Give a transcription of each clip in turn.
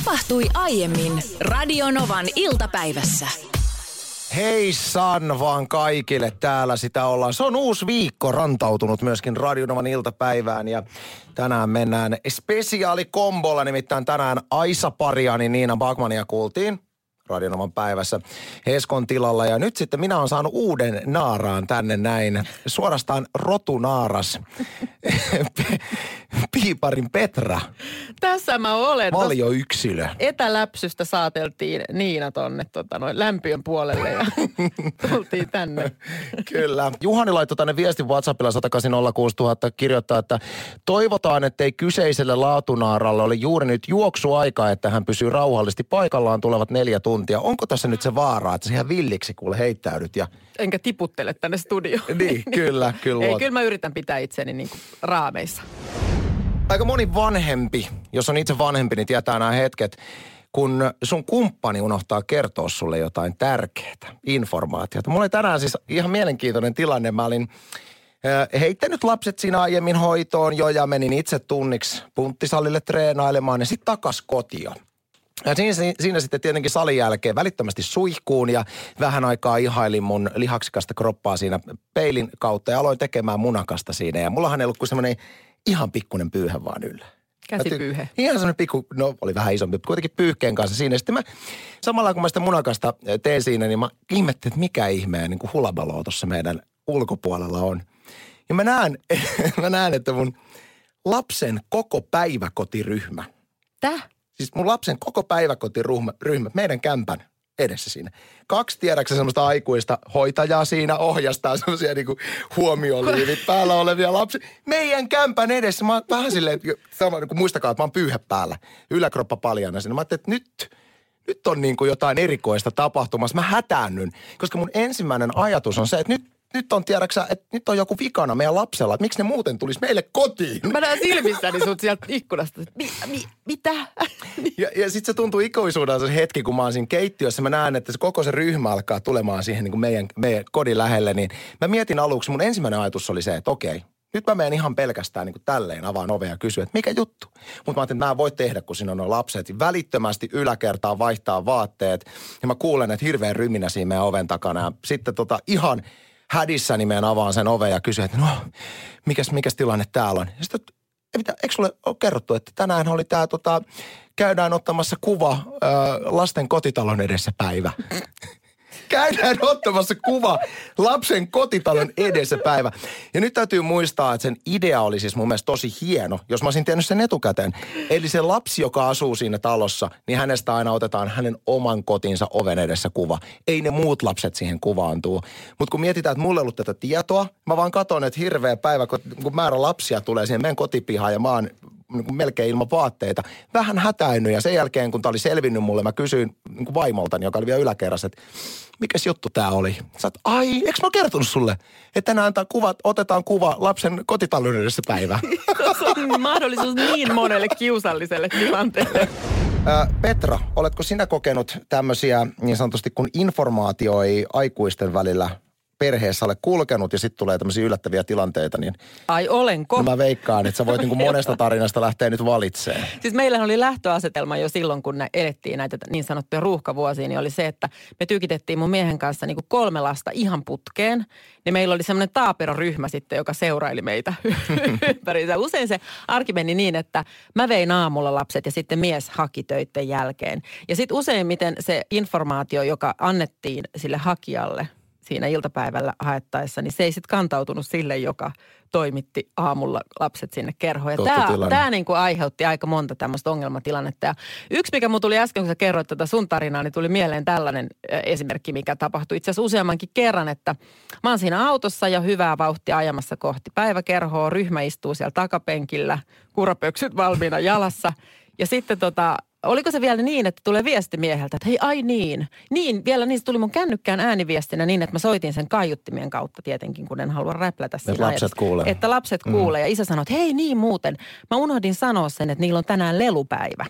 Tapahtui aiemmin Radionovan iltapäivässä. Hei san vaan kaikille, täällä sitä ollaan. Se on uusi viikko rantautunut myöskin Radionovan iltapäivään ja tänään mennään spesiaalikombolla, nimittäin tänään Aisa Pariani, Niina Backmania kuultiin Radionovan päivässä Eskon tilalla. Ja nyt sitten minä olen saanut uuden naaraan tänne näin, suorastaan rotunaaras, Piiparin Petra. Tässä mä olen. Valioyksilö. Etäläpsystä saateltiin Niina tonne lämpiön puolelle ja tultiin tänne. Kyllä. Juhani laittoi tänne viestin WhatsAppilla 1806000 kirjoittaa, että toivotaan, ettei kyseiselle laatunaaralle ole juuri nyt juoksuaika, että hän pysyy rauhallisesti paikallaan tulevat 4 tuntia. Onko tässä nyt se vaara, että sä ihan villiksi kuule heittäydyt ja... Enkä tiputtele tänne studioon. Niin, kyllä. Ei, kyllä mä yritän pitää itseni niin kuin raameissa. Aika moni vanhempi, jos on itse vanhempi, niin tietää nämä hetket, kun sun kumppani unohtaa kertoa sulle jotain tärkeää informaatiota. Mulla oli tänään siis ihan mielenkiintoinen tilanne. Mä olin heittänyt lapset siinä aiemmin hoitoon jo ja menin itse tunniksi punttisalille treenailemaan ja sitten takas kotiin. Ja siinä sitten tietenkin salin jälkeen välittömästi suihkuun ja vähän aikaa ihailin mun lihaksikasta kroppaa siinä peilin kautta ja aloin tekemään munakasta siinä. Ja mullahan ei ollut kuin semmoinen ihan pikkunen pyyhe vaan yllä. Käsipyyhe. Ihan semmoinen pikku, no oli vähän isompi, kuitenkin pyyhkeen kanssa siinä. Sitten mä, samalla kun mä sitä munakasta teen siinä, niin mä ihmettelin, että mikä ihmeen niin kuin hulabaloo tuossa meidän ulkopuolella on. Ja mä näen, että mun lapsen koko päiväkotiryhmä. Täh? Siis mun lapsen koko päiväkotiryhmä, meidän kämpän edessä siinä. 2 tiedäksä semmoista aikuista hoitajaa siinä ohjastaa semmoisia niinku huomioliivit päällä olevia lapsia. Meidän kämpän edessä. Mä oon vähän silleen, kun muistakaa, että mä oon pyyhä päällä. Yläkroppa paljana siinä. Mä ajattelin, että nyt on niinku jotain erikoista tapahtumassa. Mä hätäännyn, koska mun ensimmäinen ajatus on se, että nyt on, tiedäksä, että nyt on joku vikana meidän lapsella, että miksi ne muuten tulisi meille kotiin. Mä näen silmissäni sut sieltä ikkunasta. Mitä? Ja sit se tuntuu ikuisuudelta se hetki, kun mä oon siinä keittiössä. Mä näen, että se koko se ryhmä alkaa tulemaan siihen niin kuin meidän kodin lähelle. Niin mä mietin aluksi, mun ensimmäinen ajatus oli se, että okei, nyt mä menen ihan pelkästään niin kuin tälleen avaan ovea ja kysyn, että mikä juttu? Mutta mä ajattelin, että mä en voi tehdä, kun siinä on nuo lapset. Välittömästi yläkertaan vaihtaa vaatteet. Ja mä kuulen, että hirveän ryminä siinä meidän oven takana. Ja sitten ihan hädissäni menen avaan sen oven ja kysyn, että no, mikäs tilanne täällä on? Ja sitten, eikö sulle ole kerrottu, että tänään oli tää käydään ottamassa kuva lasten kotitalon edessä päivä. Käydään ottamassa kuva lapsen kotitalon edessä päivä. Ja nyt täytyy muistaa, että sen idea oli siis mun mielestä tosi hieno, jos mä olisin tiennyt sen etukäteen. Eli se lapsi, joka asuu siinä talossa, niin hänestä aina otetaan hänen oman kotinsa oven edessä kuva. Ei ne muut lapset siihen kuvaan tuu. Mutta kun mietitään, että mulla ei ollut tätä tietoa, mä vaan katson, että hirveä päivä, kun määrä lapsia tulee siihen meidän kotipihaan ja mä oon niin melkein ilman vaatteita. Vähän hätäinnyt ja sen jälkeen, kun tää oli selvinnyt mulle, mä kysyin niin vaimoltani, joka oli vielä yläkerrassa, että mikäs juttu tää oli? Sä oot, eikö mä kertonut sulle, että tänään otetaan kuva lapsen kotitalon edessä päivä? Se on mahdollisuus niin monelle kiusalliselle tilanteelle. Petra, oletko sinä kokenut tämmöisiä niin sanotusti, kun informaatio ei aikuisten välillä perheessä ole kulkenut ja sitten tulee tämmöisiä yllättäviä tilanteita, niin... Ai olenko? No mä veikkaan, että sä voit niinku monesta tarinasta lähteä nyt valitsemaan. Siis meillähän oli lähtöasetelma jo silloin, kun elettiin näitä niin sanottuja ruuhkavuosia, niin oli se, että me tykitettiin mun miehen kanssa niinku 3 lasta ihan putkeen. Niin meillä oli semmoinen taaperoryhmä sitten, joka seuraili meitä ympäriinsä. Usein se arki meni niin, että mä vein aamulla lapset ja sitten mies haki töitten jälkeen. Ja sitten useimmiten se informaatio, joka annettiin sille hakijalle siinä iltapäivällä haettaessa, niin se ei sitten kantautunut sille, joka toimitti aamulla lapset sinne kerhoon. Ja tämä niin kuin aiheutti aika monta tämmöistä ongelmatilannetta. Ja yksi, mikä mun tuli äsken, kun sä kerroit tätä sun tarinaa, niin tuli mieleen tällainen esimerkki, mikä tapahtui itse asiassa useammankin kerran, että mä oon siinä autossa ja hyvää vauhtia ajamassa kohti päiväkerhoa, ryhmä istuu siellä takapenkillä, kurapöksyt valmiina jalassa ja sitten oliko se vielä niin, että tulee viesti mieheltä, että hei ai niin. Niin, se tuli mun kännykkään ääniviestinä niin, että mä soitin sen kaiuttimien kautta tietenkin, kun en halua räplätä siinä. Että lapset kuulee. Että lapset kuulee. Ja isä sanoi, että hei niin muuten. Mä unohdin sanoa sen, että niillä on tänään lelupäivä.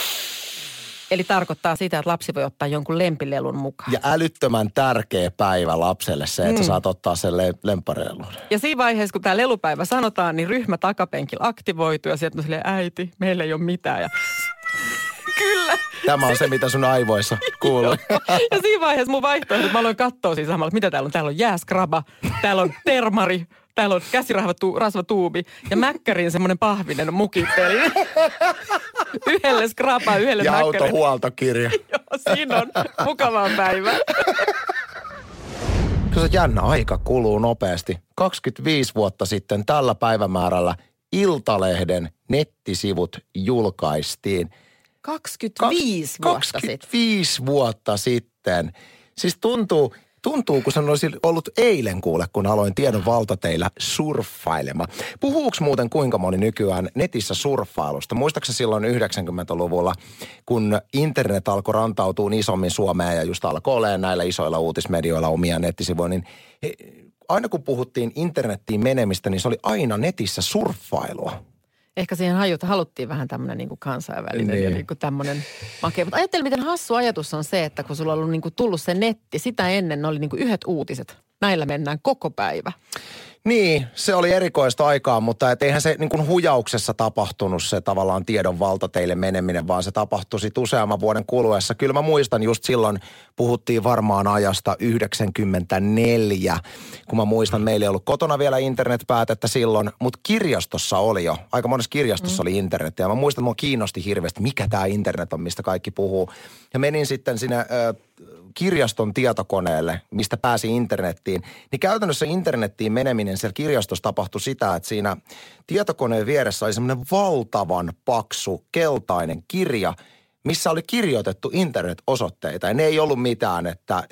Eli tarkoittaa sitä, että lapsi voi ottaa jonkun lempilelun mukaan. Ja älyttömän tärkeä päivä lapselle se, että saat ottaa sen lempparelun. Ja siinä vaiheessa, kun tämä lelupäivä sanotaan, niin ryhmä takapenkillä aktivoituu ja sieltä on silleen, äiti, meillä ei ole mitään. Ja Kyllä. Tämä on se, mitä sun aivoissa kuuluu. Ja siinä vaiheessa mun vaihtoehdot, mä aloin katsoa siinä samalla, että mitä täällä on. Täällä on jääskraba, täällä on termari, täällä on käsirasvatuubi ja mäkkärin semmoinen pahvinen mukitteli. Yhdelle skraba, yhdelle ja mäkkärin. Ja autohuoltokirja. Joo, siinä on mukavaa päivää. Kyllä se jännä aika kuluu nopeasti. 25 vuotta sitten tällä päivämäärällä Iltalehden nettisivut julkaistiin. 25 vuotta sitten. Siis tuntuu, kun se olisi ollut eilen kuule, kun aloin tiedon valtateillä surffailemaan. Puhuuks muuten kuinka moni nykyään netissä surffailusta? Muistaakseni silloin 90-luvulla, kun internet alkoi rantautua isommin Suomeen ja just alkoi olemaan näillä isoilla uutismedioilla omia nettisivuja, niin aina kun puhuttiin internettiin menemistä, niin se oli aina netissä surffailua. Ehkä siihen haluttiin vähän tämmöinen niin kuin kansainvälinen ja niin kuin tämmöinen makea. Mutta ajattele, miten hassu ajatus on se, että kun sulla on ollut niin kuin tullut se netti, sitä ennen ne oli niin kuin yhdet uutiset. Näillä mennään koko päivä. Niin, se oli erikoista aikaa, mutta eihän se niin kuin hujauksessa tapahtunut se tavallaan tiedon valtateille meneminen, vaan se tapahtui sitten useamman vuoden kuluessa. Kyllä mä muistan just silloin, puhuttiin varmaan ajasta 94, kun mä muistan, meillä ei ollut kotona vielä internetpäätettä silloin, mutta kirjastossa oli jo, aika monessa kirjastossa oli internet. Ja mä muistan, että mua kiinnosti hirveästi, mikä tämä internet on, mistä kaikki puhuu. Ja menin sitten sinne kirjaston tietokoneelle, mistä pääsi internettiin, niin käytännössä internettiin meneminen siellä kirjastossa tapahtui sitä, että siinä tietokoneen vieressä oli semmoinen valtavan paksu keltainen kirja, missä oli kirjoitettu internet-osoitteita. Ja ne ei ollut mitään, että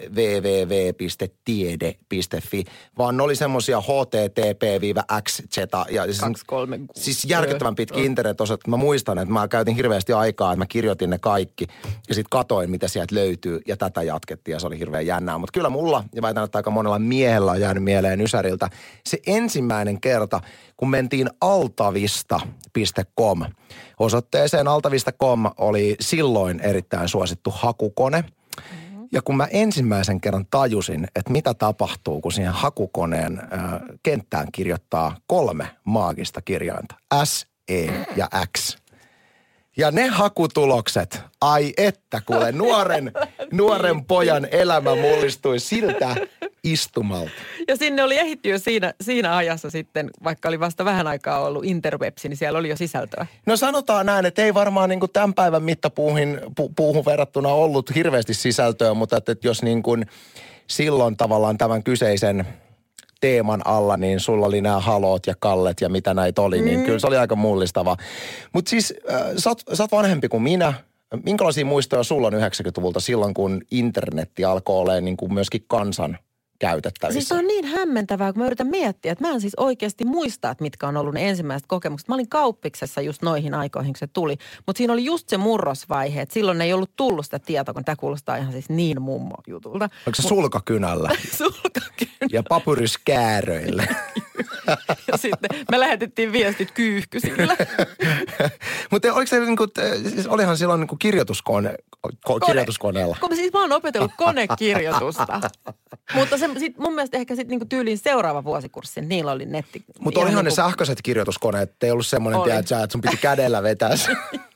www.tiede.fi, vaan ne oli semmoisia http-xz ja siis järkyttävän pitkiä internet-osoitteita. Mä muistan, että mä käytin hirveästi aikaa, että mä kirjoitin ne kaikki ja sitten katoin, mitä sieltä löytyy ja tätä jatkettiin ja se oli hirveän jännää. Mutta kyllä mulla, ja väitän, että aika monella miehellä on jäänyt mieleen Ysäriltä, se ensimmäinen kerta, kun mentiin altavista.com. Osoitteeseen altavista.com oli silloin erittäin suosittu hakukone. Ja kun mä ensimmäisen kerran tajusin, että mitä tapahtuu, kun siihen hakukoneen kenttään kirjoittaa 3 maagista kirjainta. S, E ja X. Ja ne hakutulokset, ai että kuule, nuoren pojan elämä mullistui siltä istumalta. Ja sinne oli ehditty jo siinä ajassa sitten, vaikka oli vasta vähän aikaa ollut interwebsi, niin siellä oli jo sisältöä. No sanotaan näin, että ei varmaan niin kuin tämän päivän mittapuuhun verrattuna ollut hirveästi sisältöä, mutta että jos niin kuin silloin tavallaan tämän kyseisen teeman alla, niin sulla oli nämä halot ja kallet ja mitä näitä oli, niin kyllä se oli aika mullistavaa. Mutta siis sä oot vanhempi kuin minä. Minkälaisia muistoja sulla on 90-luvulta silloin, kun internetti alkoi olemaan niin kuin myöskin kansan käytettävissä? Siis se on niin hämmentävää, kun mä yritän miettiä, että mä en siis oikeasti muista, että mitkä on ollut ne ensimmäiset kokemukset. Mä olin kauppiksessa just noihin aikoihin, kun se tuli. Mutta siinä oli just se murrosvaihe, että silloin ei ollut tullut sitä tietoa, kun tämä kuulostaa ihan siis niin mummo jutulta. Onko se sulkakynällä? Sulkakynällä. Ja papyryskääröille. Ja sitten me lähetettiin viestit kyyhkysillä. Mutta oliko se niinku, siis olihan silloin niinku kirjoituskoneella. Siis mä oon opetellut konekirjoitusta. Mutta se sit mun mielestä ehkä sitten niinku tyyliin seuraava vuosikurssi, niillä oli netti. Mutta olihan niinku ne sähköiset kirjoituskoneet, ei ollut semmoinen, että sun piti kädellä vetää se.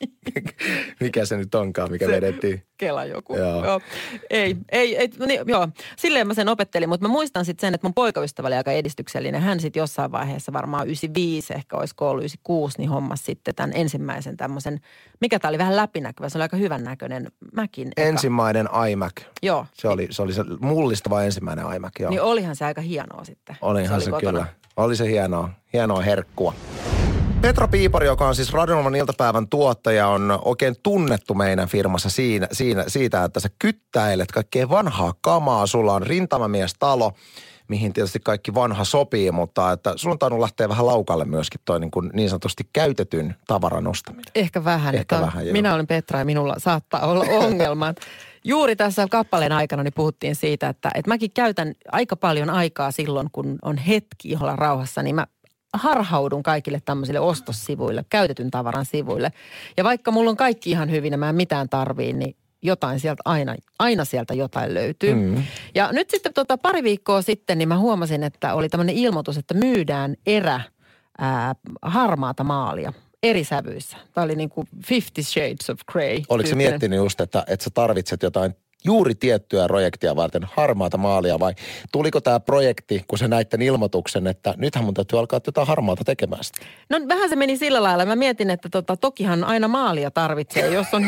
Mikä se nyt onkaan, mikä vedettiin? Kela joku. Joo. Ei, joo. Silleen mä sen opettelin, mutta mä muistan sitten sen, että mun poikaystävä oli aika edistyksellinen. Hän sitten jossain vaiheessa varmaan 95, ehkä olisiko ollut 96, niin hommasi sitten tämän ensimmäisen tämmöisen, mikä tää oli vähän läpinäkyvä, se oli aika hyvän näköinen Macin eka. Ensimmäinen iMac. Joo. Se oli se mullistava ensimmäinen iMac, joo. Niin olihan se aika hienoa sitten. Olihan se kyllä. Oli se hienoa herkkua. Petra Piipari, joka on siis Radio Novan iltapäivän tuottaja, on oikein tunnettu meidän firmassa siitä, että sä kyttäilet kaikkea vanhaa kamaa. Sulla on rintamamiestalo, mihin tietysti kaikki vanha sopii, mutta että sulla on tainnut lähteä vähän laukalle myöskin toi niin sanotusti käytetyn tavaran ostaminen. Ehkä vähän. Minä olen Petra ja minulla saattaa olla ongelmat. Juuri tässä kappaleen aikana niin puhuttiin siitä, että mäkin käytän aika paljon aikaa silloin, kun on hetki olla rauhassa, niin mä harhaudun kaikille tämmöisille ostossivuille, käytetyn tavaran sivuille. Ja vaikka mulla on kaikki ihan hyvin ja mä en mitään tarvii, niin jotain sieltä aina sieltä jotain löytyy. Ja nyt sitten pari viikkoa sitten, niin mä huomasin, että oli tämmöinen ilmoitus, että myydään harmaata maalia. eri sävyissä. Tämä oli niin kuin 50 Shades of Grey. Oliko se miettinyt just, että sä tarvitset jotain juuri tiettyä projektia varten harmaata maalia vai tuliko tämä projekti, kun sä näit tämän ilmoituksen, että nythän mun täytyy alkaa jotain harmaata tekemään sitä? No vähän se meni sillä lailla. Mä mietin, että tokihan aina maalia tarvitsee. Jos on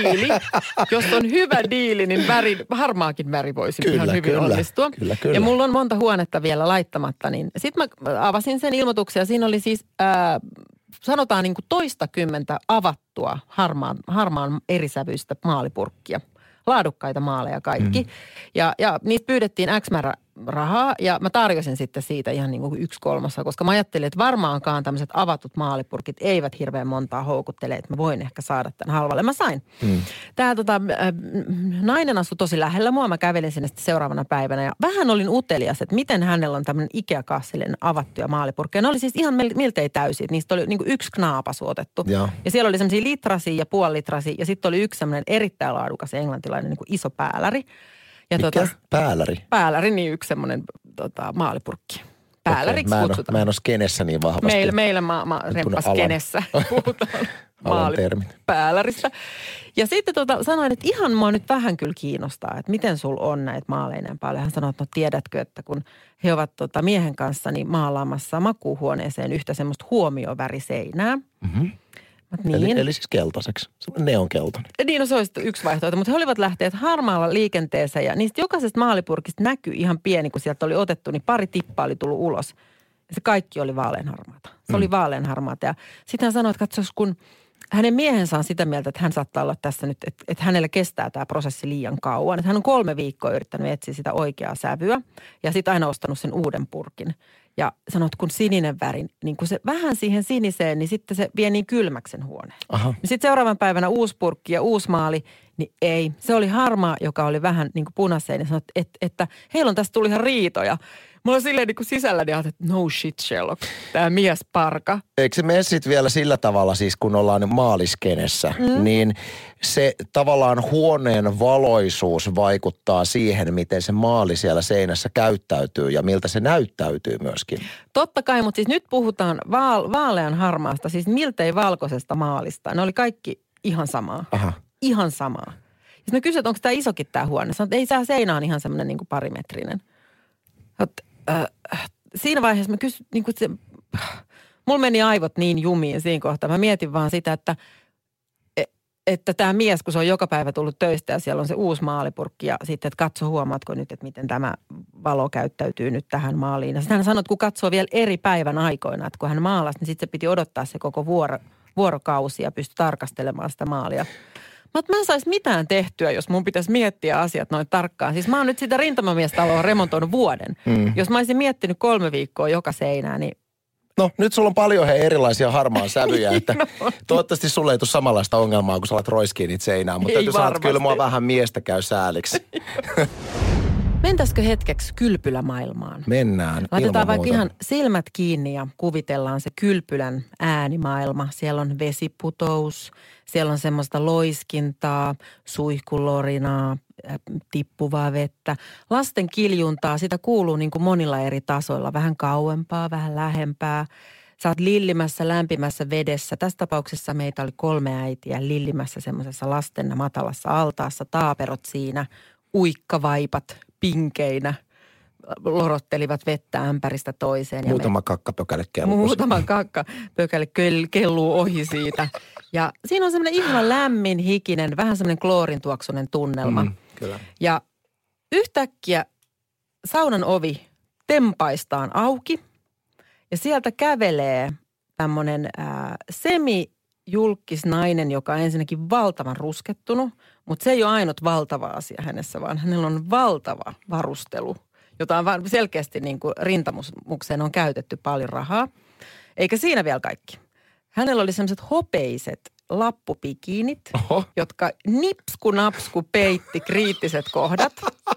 hyvä diili, niin harmaakin väri voisi ihan hyvin onnistua. Kyllä. Ja mulla on monta huonetta vielä laittamatta, niin sitten mä avasin sen ilmoituksen ja siinä oli siis sanotaan niin kuin toistakymmentä avattua harmaan erisävyistä maalipurkkia. Laadukkaita maaleja kaikki. Ja niistä pyydettiin X määrä rahaa ja mä tarjosin sitten siitä ihan niin kuin 1/3, koska mä ajattelin, että varmaankaan tämmöiset avatut maalipurkit eivät hirveän montaa houkuttele, että mä voin ehkä saada tämän halvalle. Mä sain. Tää nainen asui tosi lähellä mua, mä kävelin sinne sitten seuraavana päivänä ja vähän olin utelias, että miten hänellä on tämmöinen Ikea-kassillinen avattuja maalipurkkeja. Ne oli siis ihan miltei täysiä, että niistä oli niin kuin 1 knaapasu otettu. Ja siellä oli semmoisia litrasia ja puolilitrasia ja sitten oli yksi semmoinen erittäin laadukas englantilainen niin kuin iso päälläri. Ja mikä? Päälläri? Päälläri, niin yksi semmoinen pääläripurkki. Pääläriksi kutsutaan. Mä en ole skenessä niin vahvasti. Meillä remppas skenessä puhutaan pääläristä. Ja sitten sanoin, että ihan mua nyt vähän kyllä kiinnostaa, että miten sul on näitä maaleja näin paljon. Hän sanoi, että no tiedätkö, että kun he ovat miehen kanssa niin maalaamassa makuuhuoneeseen yhtä semmoista huomioväriseinää. Niin. Eli siis keltaiseksi. Neonkeltainen. Niin, no se olisi yksi vaihtoehto, mutta he olivat lähteet harmaalla liikenteeseen ja niistä jokaisesta maalipurkista näkyi ihan pieni, kun sieltä oli otettu, niin pari tippaa oli tullut ulos. Ja se kaikki oli vaaleanharmaata. Se oli vaaleanharmaata ja sitten hän sanoi, että katsos, kun hänen miehensä on sitä mieltä, että hän saattaa olla tässä nyt, että hänellä kestää tämä prosessi liian kauan. Että hän on 3 viikkoa yrittänyt etsiä sitä oikeaa sävyä ja sitten aina ostanut sen uuden purkin. Ja sanot, kun sininen väri, niin kun se vähän siihen siniseen, niin sitten se vie niin kylmäksi sen huoneen. Sitten seuraavan päivänä uusi purkki ja uusi maali, niin ei. Se oli harmaa, joka oli vähän niin kuin punaiseen. Ja sanot, että heillä on tästä tuli ihan riitoja. Mulla on silleen niin kuin sisällä, niin että no shit Sherlock, tämä mies parka. Eikö se mene sitten vielä sillä tavalla siis, kun ollaan maaliskenessä, niin se tavallaan huoneen valoisuus vaikuttaa siihen, miten se maali siellä seinässä käyttäytyy ja miltä se näyttäytyy myöskin. Totta kai, mutta siis nyt puhutaan vaalean harmaasta, siis miltei valkoisesta maalista. Ne oli kaikki ihan samaa. Ihan samaa. Ja mä kysyin, että onko tämä isokin tämä huone. Sanoin, että ei tämä seinä on ihan semmoinen niin kuin parimetrinen. Siinä vaiheessa mä kysyin, niin kuin mulla meni aivot niin jumiin siinä kohtaa. Mä mietin vaan sitä, että tämä mies, kun se on joka päivä tullut töistä ja siellä on se uusi maalipurkki ja sitten, että katso, huomaatko nyt, että miten tämä valo käyttäytyy nyt tähän maaliin. Ja sitten hän sanoi, että kun katsoo vielä eri päivän aikoina, että kun hän maalasi, niin sitten se piti odottaa se koko vuorokausi ja pystyi tarkastelemaan sitä maalia. Mä en saisi mitään tehtyä, jos mun pitäisi miettiä asiat noin tarkkaan. Siis mä oon nyt sitä rintamamiestaloa remontoinut vuoden. Jos mä olisin miettinyt 3 viikkoa joka seinää, niin... No nyt sulla on paljon erilaisia harmaan sävyjä, että toivottavasti sulle ei tule samanlaista ongelmaa, kun sä alat roiskiin niitä seinää. Mutta täytyy sanoa, että kyllä mua vähän miestä käy sääliksi. Mentäisikö hetkeksi kylpylämaailmaan? Mennään. Laitetaan vaikka ihan silmät kiinni ja kuvitellaan se kylpylän äänimaailma. Siellä on vesiputous, siellä on semmoista loiskintaa, suihkulorinaa, tippuvaa vettä. Lasten kiljuntaa, sitä kuuluu niin kuin monilla eri tasoilla. Vähän kauempaa, vähän lähempää. Sä oot lillimässä lämpimässä vedessä. Tässä tapauksessa meitä oli 3 äitiä lillimässä semmoisessa lasten matalassa altaassa. Taaperot siinä, uikkavaipat pinkeinä lorottelivat vettä ämpäristä toiseen. Muutama kakkapökäle kelluu. Muutama kakkapökäle kelluu ohi siitä. Ja siinä on semmoinen ihana lämmin, hikinen, vähän semmoinen kloorintuoksunen tunnelma. Kyllä. Ja yhtäkkiä saunan ovi tempaistaan auki ja sieltä kävelee tämmöinen semijulkisnainen, joka on ensinnäkin valtavan ruskettunut, mutta se ei ole ainut valtava asia hänessä, vaan hänellä on valtava varustelu, jota on selkeästi niin kuin rintamukseen on käytetty paljon rahaa. Eikä siinä vielä kaikki. Hänellä oli sellaiset hopeiset lappupikiinit, jotka nipsku-napsku peitti kriittiset kohdat.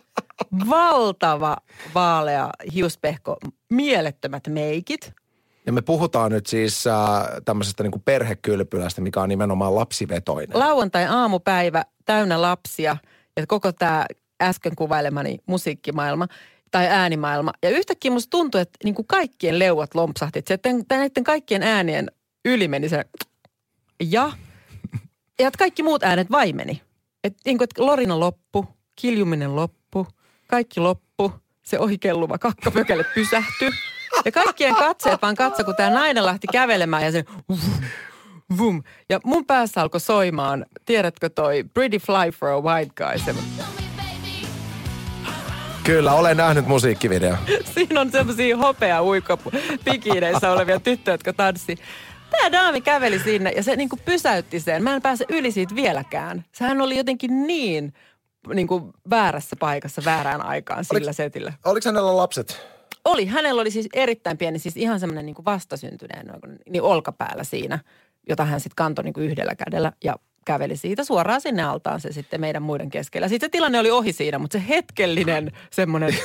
Valtava vaalea hiuspehko, mielettömät meikit. Ja me puhutaan nyt siis tämmöisestä niin kuin perhekylpylästä, mikä on nimenomaan lapsivetoinen. Lauantai-aamupäivä täynnä lapsia ja koko tämä äsken kuvailemani musiikkimaailma tai äänimaailma. Ja yhtäkkiä musta tuntui, että niin kuin kaikkien leuat lompsahti. Että näiden kaikkien äänien yli meni se Ja kaikki muut äänet vaimeni. Että lorina loppu, kiljuminen loppu, kaikki loppu, se ohikelluva kakkapökäle pysähtyi. Ja kaikkien katseet vaan katso, kun tämä nainen lähti kävelemään ja se vum. Ja mun päässä alkoi soimaan, tiedätkö toi Pretty Fly for a White Guy? Se... Kyllä, olen nähnyt musiikkivideo. Siinä on semmosia hopea pikiineissä olevia tyttöjä, jotka tanssii. Tämä daami käveli sinne ja se niinku pysäytti sen. Mä en pääse yli siitä vieläkään. Sehän oli jotenkin niin niinku väärässä paikassa väärään aikaan sillä setillä. Oliko hänellä lapset? Oli. Hänellä oli siis erittäin pieni, siis ihan semmoinen niinku vastasyntyneen niin olkapäällä siinä, jota hän sitten kantoi niinku yhdellä kädellä ja käveli siitä suoraan sinne altaan se sitten meidän muiden keskellä. Sitten se tilanne oli ohi siinä, mutta se hetkellinen semmoinen...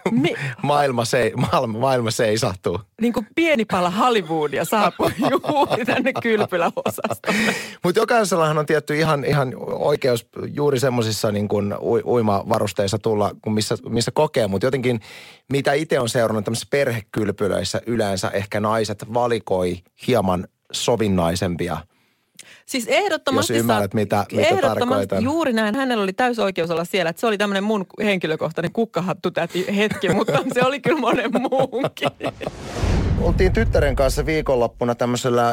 Maailma seisahtuu. Niin kuin pieni pala Hollywoodia saapui juuri tänne kylpyläosastolle. Mutta jokaisellahan on tietty ihan oikeus juuri semmoisissa niin kuin uimavarusteissa tulla, missä kokee. Mutta jotenkin, mitä itse on seurannut tämmöisissä perhekylpylöissä, yleensä ehkä naiset valikoi hieman sovinnaisempia. Siis ehdottomasti, jos ymmärrät, mitä tarkoitan. Juuri näin. Hänellä oli täysi oikeus olla siellä. Että se oli tämmöinen mun henkilökohtainen kukkahattutäti hetki, mutta se oli kyllä monen muunkin. Oltiin tyttären kanssa viikonloppuna tämmöisellä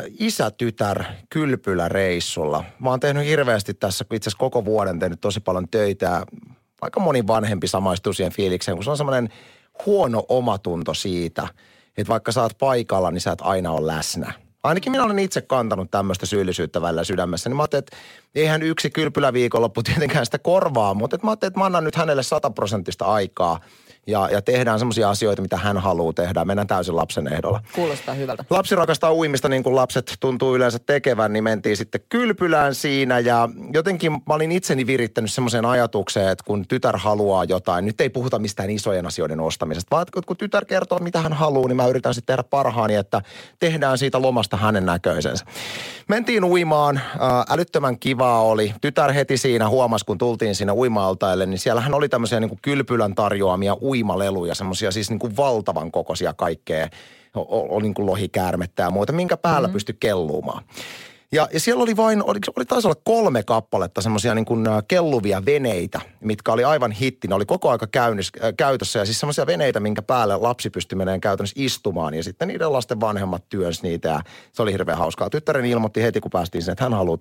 isä-tytär-kylpyläreissulla. Mä oon tehnyt hirveästi tässä, itse asiassa koko vuoden tehnyt tosi paljon töitä. Aika moni vanhempi samaistuu siihen fiilikseen, kun se on semmoinen huono omatunto siitä, että vaikka sä oot paikalla, niin sä et aina ole läsnä. Ainakin minä olen itse kantanut tämmöistä syyllisyyttä välillä sydämessä. Niin mä ajattelin, että eihän yksi kylpyläviikonloppu tietenkään sitä korvaa, mutta mä ajattelin, että mä annan nyt hänelle 100% aikaa ja tehdään semmoisia asioita, mitä hän haluaa tehdä. Mennään täysin lapsen ehdolla. Kuulostaa hyvältä. Lapsi rakastaa uimista niin kuin lapset tuntuu yleensä tekevän, niin mentiin sitten kylpylään siinä ja jotenkin mä olin itseni virittänyt semmoiseen ajatukseen, että kun tytär haluaa jotain, nyt ei puhuta mistään isojen asioiden ostamisesta, vaan kun tytär kertoo, mitä hän haluaa, niin mä yritän sitten tehdä parhaani, että tehdään siitä lomasta hänen näköisensä. Mentiin uimaan, älyttömän kivaa oli. Tytär heti siinä huomasi, kun tultiin siinä uima-altaille, niin siellähän oli tämmöisiä niin kuin kylpylän tarjoamia uimaleluja, semmoisia siis niin kuin valtavan kokoisia kaikkea, oli niin kuin lohikäärmettä ja muuta, minkä päällä pystyi kellumaan. Ja siellä oli vain, taisi olla 3 kappaletta semmoisia niin kuin kelluvia veneitä, mitkä oli aivan hitti. Ne oli koko aika käytössä ja siis semmoisia veneitä, minkä päälle lapsi pystyi menemään käytännössä istumaan. Ja sitten niiden lasten vanhemmat työnsi niitä ja se oli hirveän hauskaa. Tyttäreni ilmoitti heti, kun päästiin sinne, että hän haluaa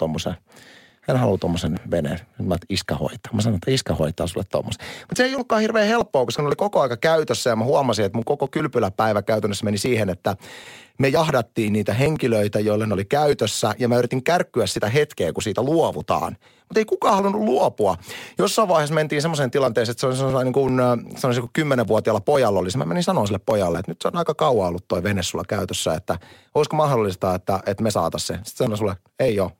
tommosen veneen. Mä että iskä hoitaa. Mä sanoin, että iskä hoitaa sulle tommosen. Mutta se ei ollutkaan hirveän helppoa, koska ne oli koko aika käytössä ja mä huomasin, että mun koko kylpyläpäivä käytännössä meni siihen, että me jahdattiin niitä henkilöitä, joille ne oli käytössä ja mä yritin kärkkyä sitä hetkeä, kun siitä luovutaan. Mutta ei kukaan halunnut luopua. Jossain vaiheessa mentiin semmoiseen tilanteeseen, että se oli sellainen kuin 10-vuotiaalla pojalla oli. Mä menin sanoa sille pojalle, että nyt se on aika kauan ollut toi vene sulla käytössä, että olisiko mahdollista, että me saataisiin se. Sitten sanoin sulle, ei ole.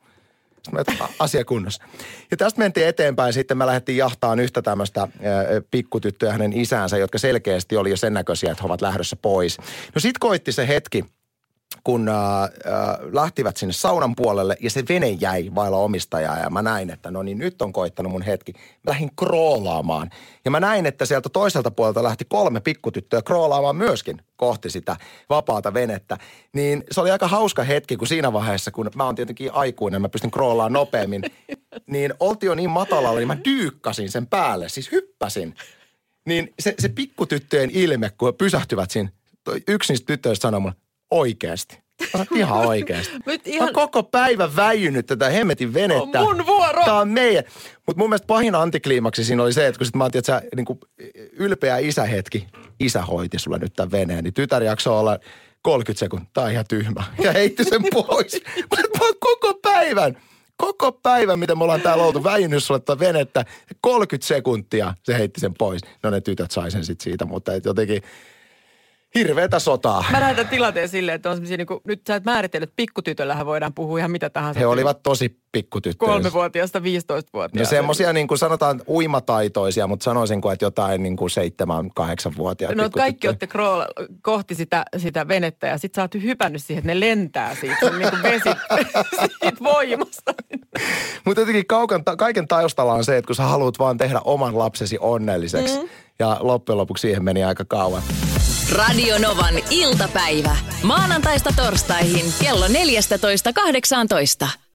Asia kunnossa. Ja tästä mentiin eteenpäin. Sitten me lähdettiin jahtaan yhtä tämmöistä pikkutyttöä hänen isäänsä, jotka selkeästi oli jo sen näköisiä, että he ovat lähdössä pois. No sit koitti se hetki, kun lähtivät sinne saunan puolelle ja se vene jäi vailla omistajaa ja mä näin, että no niin nyt on koittanut mun hetki. Mä lähdin kroolaamaan ja mä näin, että sieltä toiselta puolelta lähti 3 pikkutyttöä kroolaamaan myöskin kohti sitä vapaata venettä. Niin se oli aika hauska hetki, kun siinä vaiheessa, kun mä oon tietenkin aikuinen, mä pystyn kroolaamaan nopeammin, niin oltiin jo niin matalalla, niin mä dyykkasin sen päälle, siis hyppäsin. Niin se pikkutyttöjen ilme, kun pysähtyvät siinä, yksi niistä tyttöistä sanoi mulle, oikeasti. Ihan oikeasti. Mä oon koko päivän väijynyt tätä hemmetin venettä. Mun vuoro! Tää on meidän. Mutta mun mielestä pahin antikliimaksi siinä oli se, että kun sit mä oon, että niinku ylpeä isähetki. Isä hoiti sulle nyt tämän veneen. Niin tytär jaksoi olla 30 sekuntia. Tää on ihan tyhmä. Ja heitti sen pois. Mä oon koko päivän, mitä me ollaan täällä oltu, väijynyt sulle tätä venettä. 30 sekuntia se heitti sen pois. No ne tytöt sai sen sit siitä, mutta jotenkin... Hirveetä sotaa. Mä näen tämän tilanteen silleen, että on semmoisia niin kuin, nyt sä et määritellyt, että pikkutytöllähän voidaan puhua ihan mitä tahansa. He olivat tosi pikkutyttöjä. 3-vuotiaasta 15-vuotiaasta. No semmoisia niin kuin sanotaan uimataitoisia, mutta sanoisinko, että jotain niin kuin 7-8-vuotiaat. No kaikki olette kohti sitä venettä ja sit sä oot hypännyt siihen, että ne lentää siitä niin kuin siitä voimasta. Mutta jotenkin kaiken taustalla on se, että kun sä haluat vaan tehdä oman lapsesi onnelliseksi. Ja loppujen lopuksi siihen meni aika kauan. Radio Novan iltapäivä. Maanantaista torstaihin kello 14.18.